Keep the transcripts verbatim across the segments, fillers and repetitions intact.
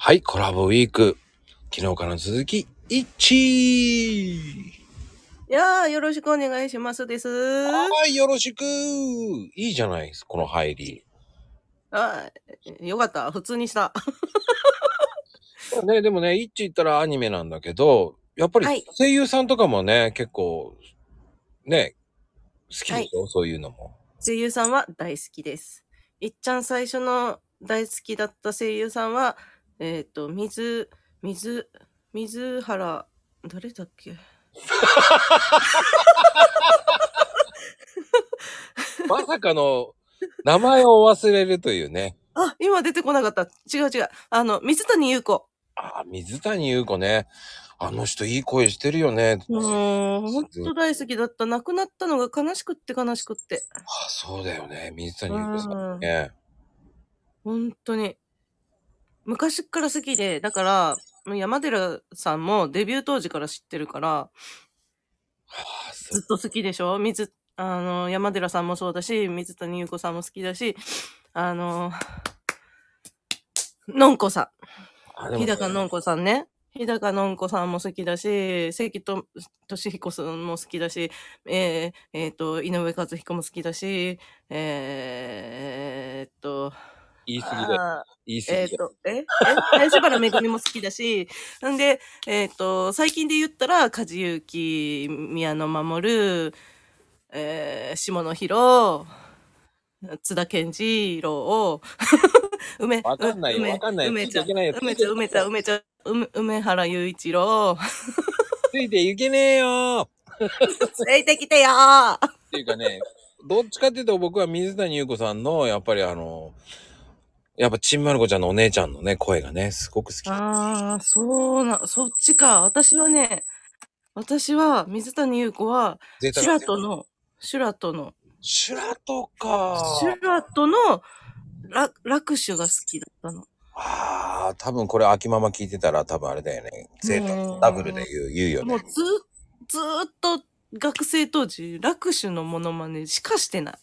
はい、コラボウィーク。昨日からの続き、いっちー。 いやー、よろしくお願いしますです。 はい、よろしく。いいじゃないです、この入り。 あーよかった。普通にした。 そうね、でもね、いっちー言ったらアニメなんだけど、やっぱりはい。 声優さんとかもね、結構、ね、好きはい。 でしょ、そういうのも。 声優さんは大好きです。いっちゃん最初の大好きだった声優さんは、えっ、と、水、水、水原、誰だっけまさかの名前を忘れるというね。 あ、今出てこなかった。違う違う。あの、水谷優子。 ああ、水谷優子ね。あの人いい声してるよね。 もう、ほんと大好きだった。亡くなったのが悲しくって悲しくって。 ああ、そうだよね。水う谷優子さんん。 ね。 本当に。昔から好きで、だから、山寺さんもデビュー当時から知ってるから、 はあ、そう。 ずっと好きでしょ水、あの、山寺さんもそうだし、水谷優子さんも好きだし、あの、のんこさあ、 ん。 でも、 日高のんこさんね。日高のんこさんも好きだし、関と、俊彦さんも好きだし、えー、えーと、井上和彦も好きだし、えーっと、 言い過ぎだよ。 あー言い過ぎだよ。 えーっと、ええ林原めぐみも好きだし、んで、えーっと、最近で言ったら、梶裕貴、宮野真守、えー、下野紘、津田健次郎、梅、 わかんないよ、わ梅、 かんないよ。つ梅ちゃん、 いていけないよ、つい梅ちゃん、 ていけないよ。 梅ちゃん、梅ちゃん、梅梅原雄一郎、 ついていけねえよっついてきてよー。 ていうかね、どっちかっていうと僕は水谷優子さんの、やっぱりあの、やっぱちんまる子ちゃんのお姉ちゃんのね、声がね、すごく好き。 ああ、そうな、そっちか。私はね、私は、水谷優子は、シュゼータが。 ラトの、シュラトの、 シュラトか。 シュラトの、ラ、ラクシュが好きだったの。 ああ、多分これ秋ママ聞いてたら多分あれだよね。ゼータダブルでも言う、言うよう、もうね。 ず、ずーっと学生当時、ラクシュのモノマネしかしてない。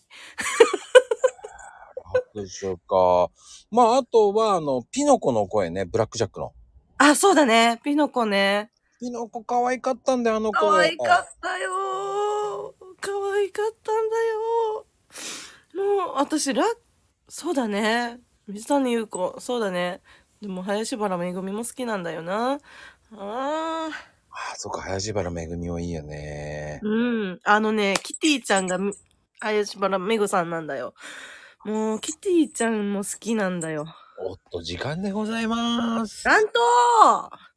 拍手か。まあ、あとは、あの、ピノコの声ね、ブラックジャックの。 あ、そうだね。ピノコね。 ピノコ可愛かったんだよ、あの可声。 愛かったよー。可愛かったんだよー。もう、私、ラ、そうだね。水谷優子、そうだね。でも、林原めぐみも好きなんだよな。ああ。 ああ、そっか、林原めぐみもいいよね。 うん。あのね、キティちゃんがみ、林原めぐさんなんだよ。もう、キティちゃんも好きなんだよ。 おっと、時間でございます。 なんと